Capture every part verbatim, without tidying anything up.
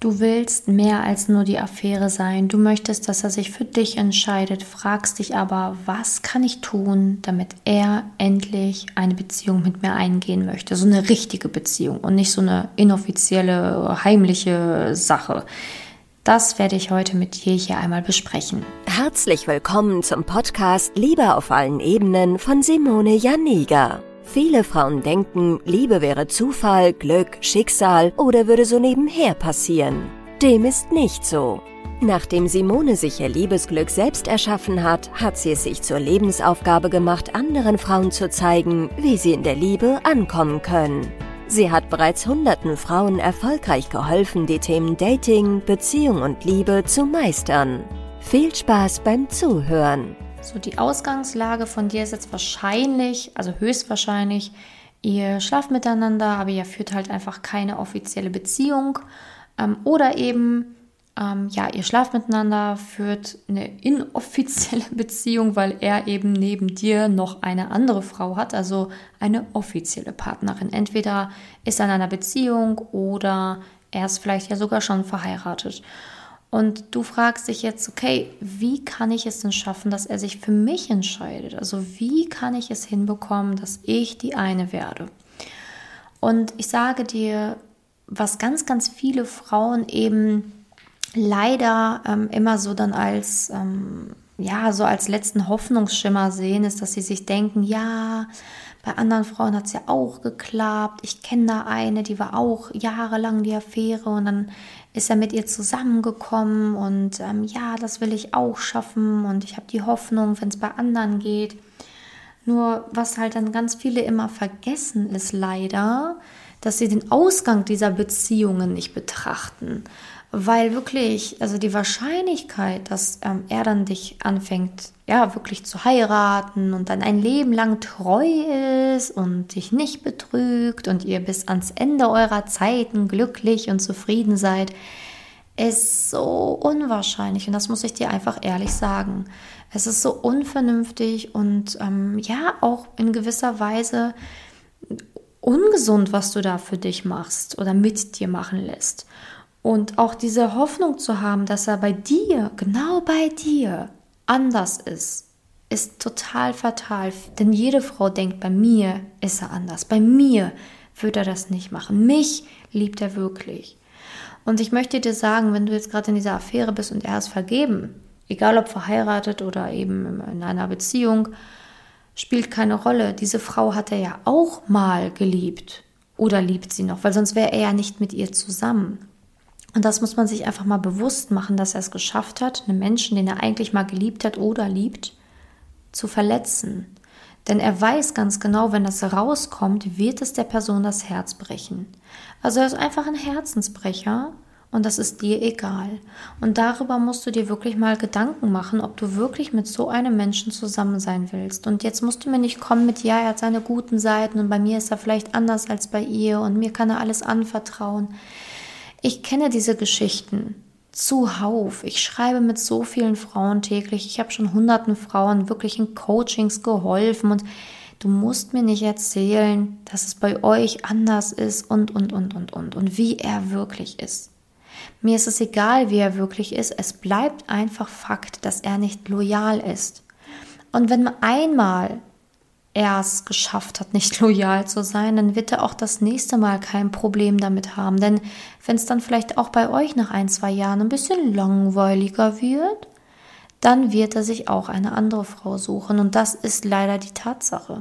Du willst mehr als nur die Affäre sein. Du möchtest, dass er sich für dich entscheidet, fragst dich aber, was kann ich tun, damit er endlich eine Beziehung mit mir eingehen möchte. So eine richtige Beziehung und nicht so eine inoffizielle, heimliche Sache. Das werde ich heute mit dir hier einmal besprechen. Herzlich willkommen zum Podcast Liebe auf allen Ebenen von Simone Janiga. Viele Frauen denken, Liebe wäre Zufall, Glück, Schicksal oder würde so nebenher passieren. Dem ist nicht so. Nachdem Simone sich ihr Liebesglück selbst erschaffen hat, hat sie es sich zur Lebensaufgabe gemacht, anderen Frauen zu zeigen, wie sie in der Liebe ankommen können. Sie hat bereits hunderten Frauen erfolgreich geholfen, die Themen Dating, Beziehung und Liebe zu meistern. Viel Spaß beim Zuhören! So, die Ausgangslage von dir ist jetzt wahrscheinlich, also höchstwahrscheinlich, ihr schlaft miteinander, aber ihr führt halt einfach keine offizielle Beziehung. Ähm, oder eben, ähm, ja, ihr schlaft miteinander, führt eine inoffizielle Beziehung, weil er eben neben dir noch eine andere Frau hat, also eine offizielle Partnerin. Entweder ist er in einer Beziehung oder er ist vielleicht ja sogar schon verheiratet. Und du fragst dich jetzt, okay, wie kann ich es denn schaffen, dass er sich für mich entscheidet? Also wie kann ich es hinbekommen, dass ich die eine werde? Und ich sage dir, was ganz, ganz viele Frauen eben leider ähm, immer so dann als, ähm, ja, so als letzten Hoffnungsschimmer sehen, ist, dass sie sich denken, ja, bei anderen Frauen hat es ja auch geklappt. Ich kenne da eine, die war auch jahrelang die Affäre und dann ist er mit ihr zusammengekommen und ähm, ja, das will ich auch schaffen und ich habe die Hoffnung, wenn es bei anderen geht. Nur was halt dann ganz viele immer vergessen ist leider, dass sie den Ausgang dieser Beziehungen nicht betrachten. Weil wirklich, also die Wahrscheinlichkeit, dass ähm, er dann dich anfängt, ja, wirklich zu heiraten und dann ein Leben lang treu ist und dich nicht betrügt und ihr bis ans Ende eurer Zeiten glücklich und zufrieden seid, ist so unwahrscheinlich. Und das muss ich dir einfach ehrlich sagen. Es ist so unvernünftig und ähm, ja, auch in gewisser Weise ungesund, was du da für dich machst oder mit dir machen lässt. Und auch diese Hoffnung zu haben, dass er bei dir, genau bei dir, anders ist, ist total fatal. Denn jede Frau denkt, bei mir ist er anders. Bei mir würde er das nicht machen. Mich liebt er wirklich. Und ich möchte dir sagen, wenn du jetzt gerade in dieser Affäre bist und er ist vergeben, egal ob verheiratet oder eben in einer Beziehung, spielt keine Rolle. Diese Frau hat er ja auch mal geliebt oder liebt sie noch, weil sonst wäre er ja nicht mit ihr zusammen. Und das muss man sich einfach mal bewusst machen, dass er es geschafft hat, einen Menschen, den er eigentlich mal geliebt hat oder liebt, zu verletzen. Denn er weiß ganz genau, wenn das rauskommt, wird es der Person das Herz brechen. Also er ist einfach ein Herzensbrecher und das ist dir egal. Und darüber musst du dir wirklich mal Gedanken machen, ob du wirklich mit so einem Menschen zusammen sein willst. Und jetzt musst du mir nicht kommen mit, ja, er hat seine guten Seiten und bei mir ist er vielleicht anders als bei ihr und mir kann er alles anvertrauen. Ich kenne diese Geschichten zuhauf. Ich schreibe mit so vielen Frauen täglich. Ich habe schon hunderten Frauen wirklich in Coachings geholfen. Und du musst mir nicht erzählen, dass es bei euch anders ist und, und, und, und, und. Und wie er wirklich ist. Mir ist es egal, wie er wirklich ist. Es bleibt einfach Fakt, dass er nicht loyal ist. Und wenn man einmal er es geschafft hat, nicht loyal zu sein, dann wird er auch das nächste Mal kein Problem damit haben. Denn wenn es dann vielleicht auch bei euch nach ein, zwei Jahren ein bisschen langweiliger wird, dann wird er sich auch eine andere Frau suchen. Und das ist leider die Tatsache.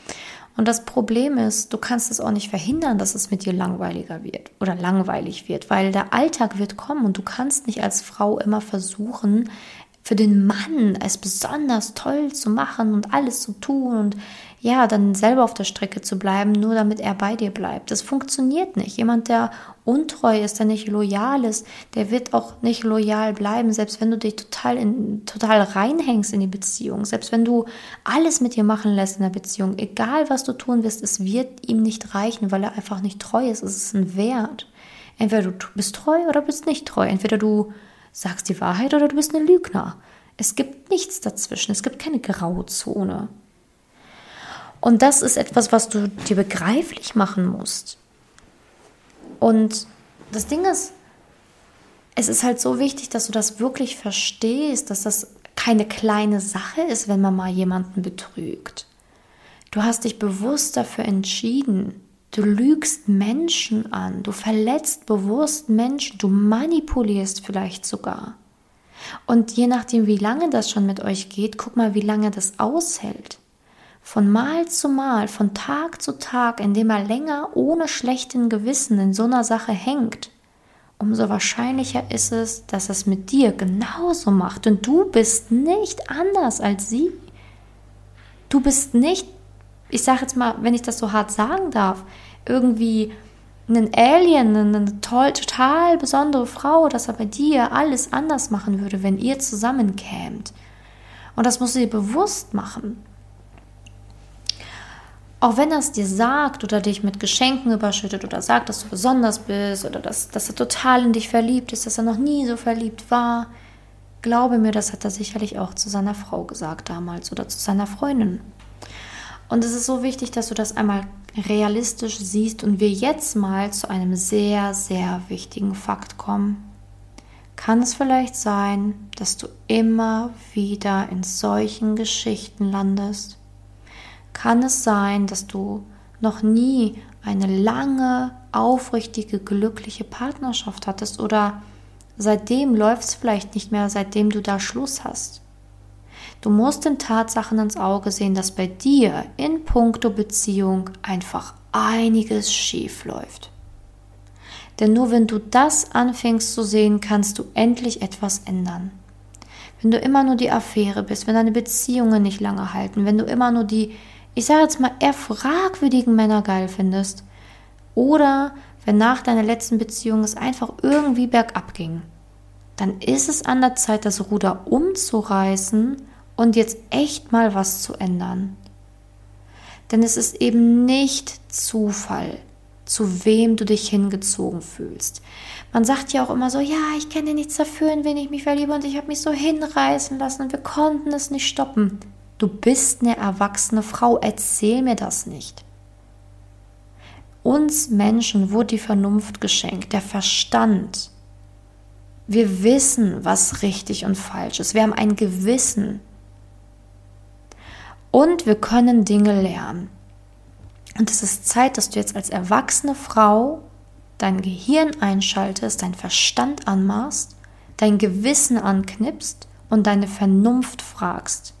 Und das Problem ist, du kannst es auch nicht verhindern, dass es mit dir langweiliger wird oder langweilig wird, weil der Alltag wird kommen und du kannst nicht als Frau immer versuchen, für den Mann es besonders toll zu machen und alles zu tun und ja, dann selber auf der Strecke zu bleiben, nur damit er bei dir bleibt. Das funktioniert nicht. Jemand, der untreu ist, der nicht loyal ist, der wird auch nicht loyal bleiben, selbst wenn du dich total, in, total reinhängst in die Beziehung, selbst wenn du alles mit dir machen lässt in der Beziehung, egal was du tun wirst, es wird ihm nicht reichen, weil er einfach nicht treu ist. Es ist ein Wert. Entweder du bist treu oder bist nicht treu. Entweder du sagst die Wahrheit oder du bist ein Lügner. Es gibt nichts dazwischen. Es gibt keine Grauzone. Und das ist etwas, was du dir begreiflich machen musst. Und das Ding ist, es ist halt so wichtig, dass du das wirklich verstehst, dass das keine kleine Sache ist, wenn man mal jemanden betrügt. Du hast dich bewusst dafür entschieden. Du lügst Menschen an, du verletzt bewusst Menschen, du manipulierst vielleicht sogar. Und je nachdem, wie lange das schon mit euch geht, guck mal, wie lange das aushält. Von Mal zu Mal, von Tag zu Tag, indem er länger ohne schlechten Gewissen in so einer Sache hängt, umso wahrscheinlicher ist es, dass es mit dir genauso macht. Und du bist nicht anders als sie. Du bist nicht, ich sage jetzt mal, wenn ich das so hart sagen darf, irgendwie ein Alien, eine toll, total besondere Frau, dass er bei dir alles anders machen würde, wenn ihr zusammenkämt. Und das musst du dir bewusst machen. Auch wenn er es dir sagt oder dich mit Geschenken überschüttet oder sagt, dass du besonders bist oder dass, dass er total in dich verliebt ist, dass er noch nie so verliebt war, glaube mir, das hat er sicherlich auch zu seiner Frau gesagt damals oder zu seiner Freundin. Und es ist so wichtig, dass du das einmal realistisch siehst und wir jetzt mal zu einem sehr, sehr wichtigen Fakt kommen. Kann es vielleicht sein, dass du immer wieder in solchen Geschichten landest? Kann es sein, dass du noch nie eine lange, aufrichtige, glückliche Partnerschaft hattest oder seitdem läuft es vielleicht nicht mehr, seitdem du da Schluss hast? Du musst den Tatsachen ins Auge sehen, dass bei dir in puncto Beziehung einfach einiges schief läuft. Denn nur wenn du das anfängst zu sehen, kannst du endlich etwas ändern. Wenn du immer nur die Affäre bist, wenn deine Beziehungen nicht lange halten, wenn du immer nur die, ich sage jetzt mal, eher fragwürdigen Männer geil findest oder wenn nach deiner letzten Beziehung es einfach irgendwie bergab ging, dann ist es an der Zeit, das Ruder umzureißen und jetzt echt mal was zu ändern. Denn es ist eben nicht Zufall, zu wem du dich hingezogen fühlst. Man sagt ja auch immer so, ja, ich kann ja nichts dafür, in wen ich mich verliebe und ich habe mich so hinreißen lassen und wir konnten es nicht stoppen. Du bist eine erwachsene Frau, erzähl mir das nicht. Uns Menschen wurde die Vernunft geschenkt, der Verstand. Wir wissen, was richtig und falsch ist. Wir haben ein Gewissen. Und wir können Dinge lernen. Und es ist Zeit, dass du jetzt als erwachsene Frau dein Gehirn einschaltest, deinen Verstand anmachst, dein Gewissen anknipst und deine Vernunft fragst.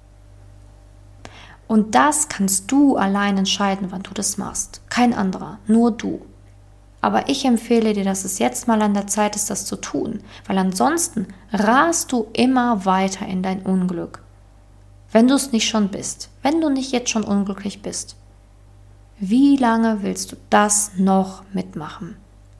Und das kannst du allein entscheiden, wann du das machst. Kein anderer, nur du. Aber ich empfehle dir, dass es jetzt mal an der Zeit ist, das zu tun, weil ansonsten rast du immer weiter in dein Unglück. Wenn du es nicht schon bist, wenn du nicht jetzt schon unglücklich bist, wie lange willst du das noch mitmachen?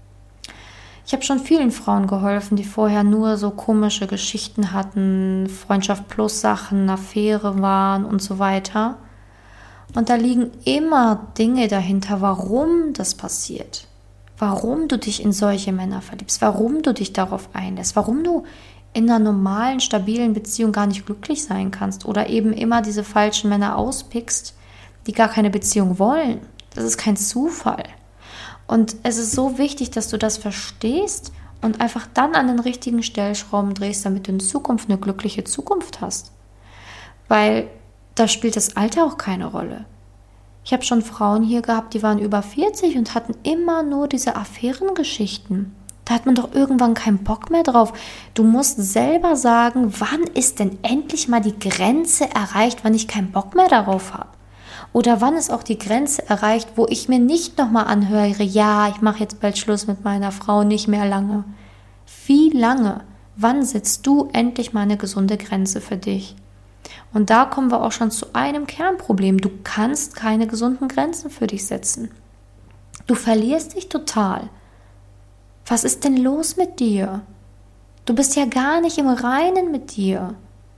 Ich habe schon vielen Frauen geholfen, die vorher nur so komische Geschichten hatten, Freundschaft plus Sachen, Affäre waren und so weiter. Und da liegen immer Dinge dahinter, warum das passiert. Warum du dich in solche Männer verliebst, warum du dich darauf einlässt, warum du in einer normalen, stabilen Beziehung gar nicht glücklich sein kannst oder eben immer diese falschen Männer auspickst, die gar keine Beziehung wollen. Das ist kein Zufall. Und es ist so wichtig, dass du das verstehst und einfach dann an den richtigen Stellschrauben drehst, damit du in Zukunft eine glückliche Zukunft hast. Weil da spielt das Alter auch keine Rolle. Ich habe schon Frauen hier gehabt, die waren über vierzig und hatten immer nur diese Affärengeschichten. Da hat man doch irgendwann keinen Bock mehr drauf. Du musst selber sagen, wann ist denn endlich mal die Grenze erreicht, wann ich keinen Bock mehr darauf habe. Oder wann ist auch die Grenze erreicht, wo ich mir nicht nochmal anhöre, ja, ich mache jetzt bald Schluss mit meiner Frau, nicht mehr lange. Wie lange? Wann setzt du endlich mal eine gesunde Grenze für dich? Und da kommen wir auch schon zu einem Kernproblem. Du kannst keine gesunden Grenzen für dich setzen. Du verlierst dich total. Was ist denn los mit dir? Du bist ja gar nicht im Reinen mit dir.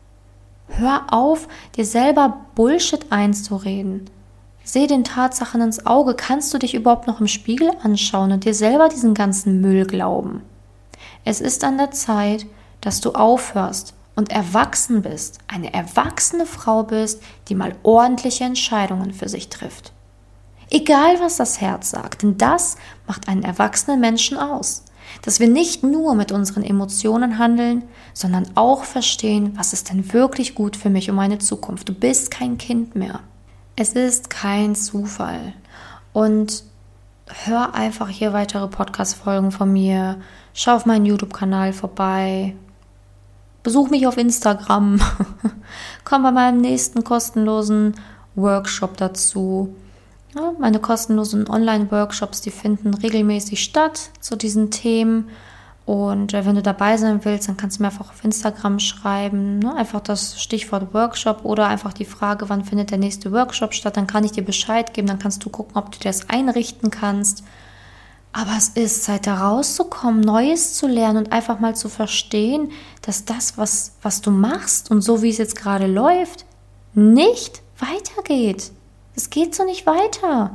Hör auf, dir selber Bullshit einzureden. Seh den Tatsachen ins Auge. Kannst du dich überhaupt noch im Spiegel anschauen und dir selber diesen ganzen Müll glauben? Es ist an der Zeit, dass du aufhörst und erwachsen bist, eine erwachsene Frau bist, die mal ordentliche Entscheidungen für sich trifft. Egal, was das Herz sagt, denn das macht einen erwachsenen Menschen aus. Dass wir nicht nur mit unseren Emotionen handeln, sondern auch verstehen, was ist denn wirklich gut für mich und meine Zukunft. Du bist kein Kind mehr. Es ist kein Zufall. Und hör einfach hier weitere Podcast-Folgen von mir. Schau auf meinen YouTube-Kanal vorbei. Besuch mich auf Instagram. Komm bei meinem nächsten kostenlosen Workshop dazu. Ja, meine kostenlosen Online-Workshops, die finden regelmäßig statt zu diesen Themen. Und äh, wenn du dabei sein willst, dann kannst du mir einfach auf Instagram schreiben, ne? Einfach das Stichwort Workshop oder einfach die Frage, wann findet der nächste Workshop statt. Dann kann ich dir Bescheid geben, dann kannst du gucken, ob du dir das einrichten kannst. Aber es ist Zeit, da rauszukommen, Neues zu lernen und einfach mal zu verstehen, dass das, was, was du machst und so wie es jetzt gerade läuft, nicht weitergeht. Es geht so nicht weiter.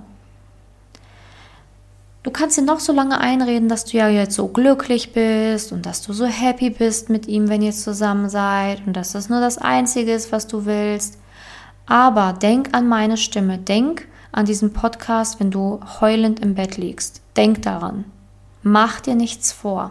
Du kannst dir noch so lange einreden, dass du ja jetzt so glücklich bist und dass du so happy bist mit ihm, wenn ihr zusammen seid und dass das nur das Einzige ist, was du willst. Aber denk an meine Stimme, denk an diesen Podcast, wenn du heulend im Bett liegst. Denk daran. Mach dir nichts vor.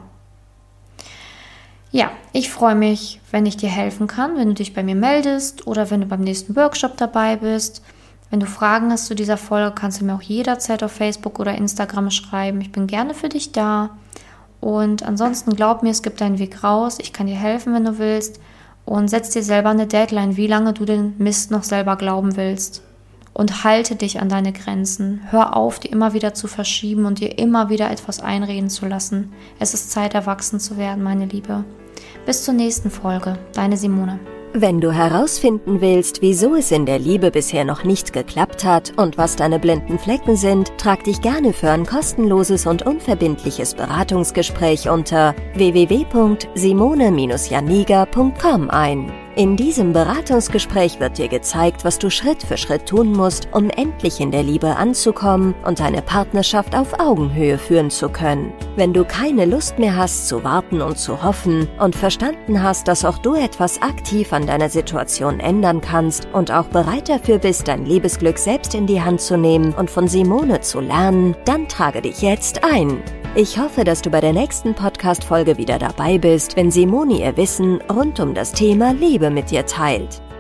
Ja, ich freue mich, wenn ich dir helfen kann, wenn du dich bei mir meldest oder wenn du beim nächsten Workshop dabei bist. Wenn du Fragen hast zu dieser Folge, kannst du mir auch jederzeit auf Facebook oder Instagram schreiben. Ich bin gerne für dich da. Und ansonsten glaub mir, es gibt einen Weg raus. Ich kann dir helfen, wenn du willst. Und setz dir selber eine Deadline, wie lange du den Mist noch selber glauben willst. Und halte dich an deine Grenzen. Hör auf, die immer wieder zu verschieben und dir immer wieder etwas einreden zu lassen. Es ist Zeit, erwachsen zu werden, meine Liebe. Bis zur nächsten Folge. Deine Simone. Wenn du herausfinden willst, wieso es in der Liebe bisher noch nicht geklappt hat und was deine blinden Flecken sind, trag dich gerne für ein kostenloses und unverbindliches Beratungsgespräch unter w w w punkt simone Bindestrich janiga punkt com ein. In diesem Beratungsgespräch wird dir gezeigt, was du Schritt für Schritt tun musst, um endlich in der Liebe anzukommen und deine Partnerschaft auf Augenhöhe führen zu können. Wenn du keine Lust mehr hast zu warten und zu hoffen und verstanden hast, dass auch du etwas aktiv an deiner Situation ändern kannst und auch bereit dafür bist, dein Liebesglück selbst in die Hand zu nehmen und von Simone zu lernen, dann trage dich jetzt ein. Ich hoffe, dass du bei der nächsten Podcast-Folge wieder dabei bist, wenn Simone ihr Wissen rund um das Thema Liebe mit dir teilt.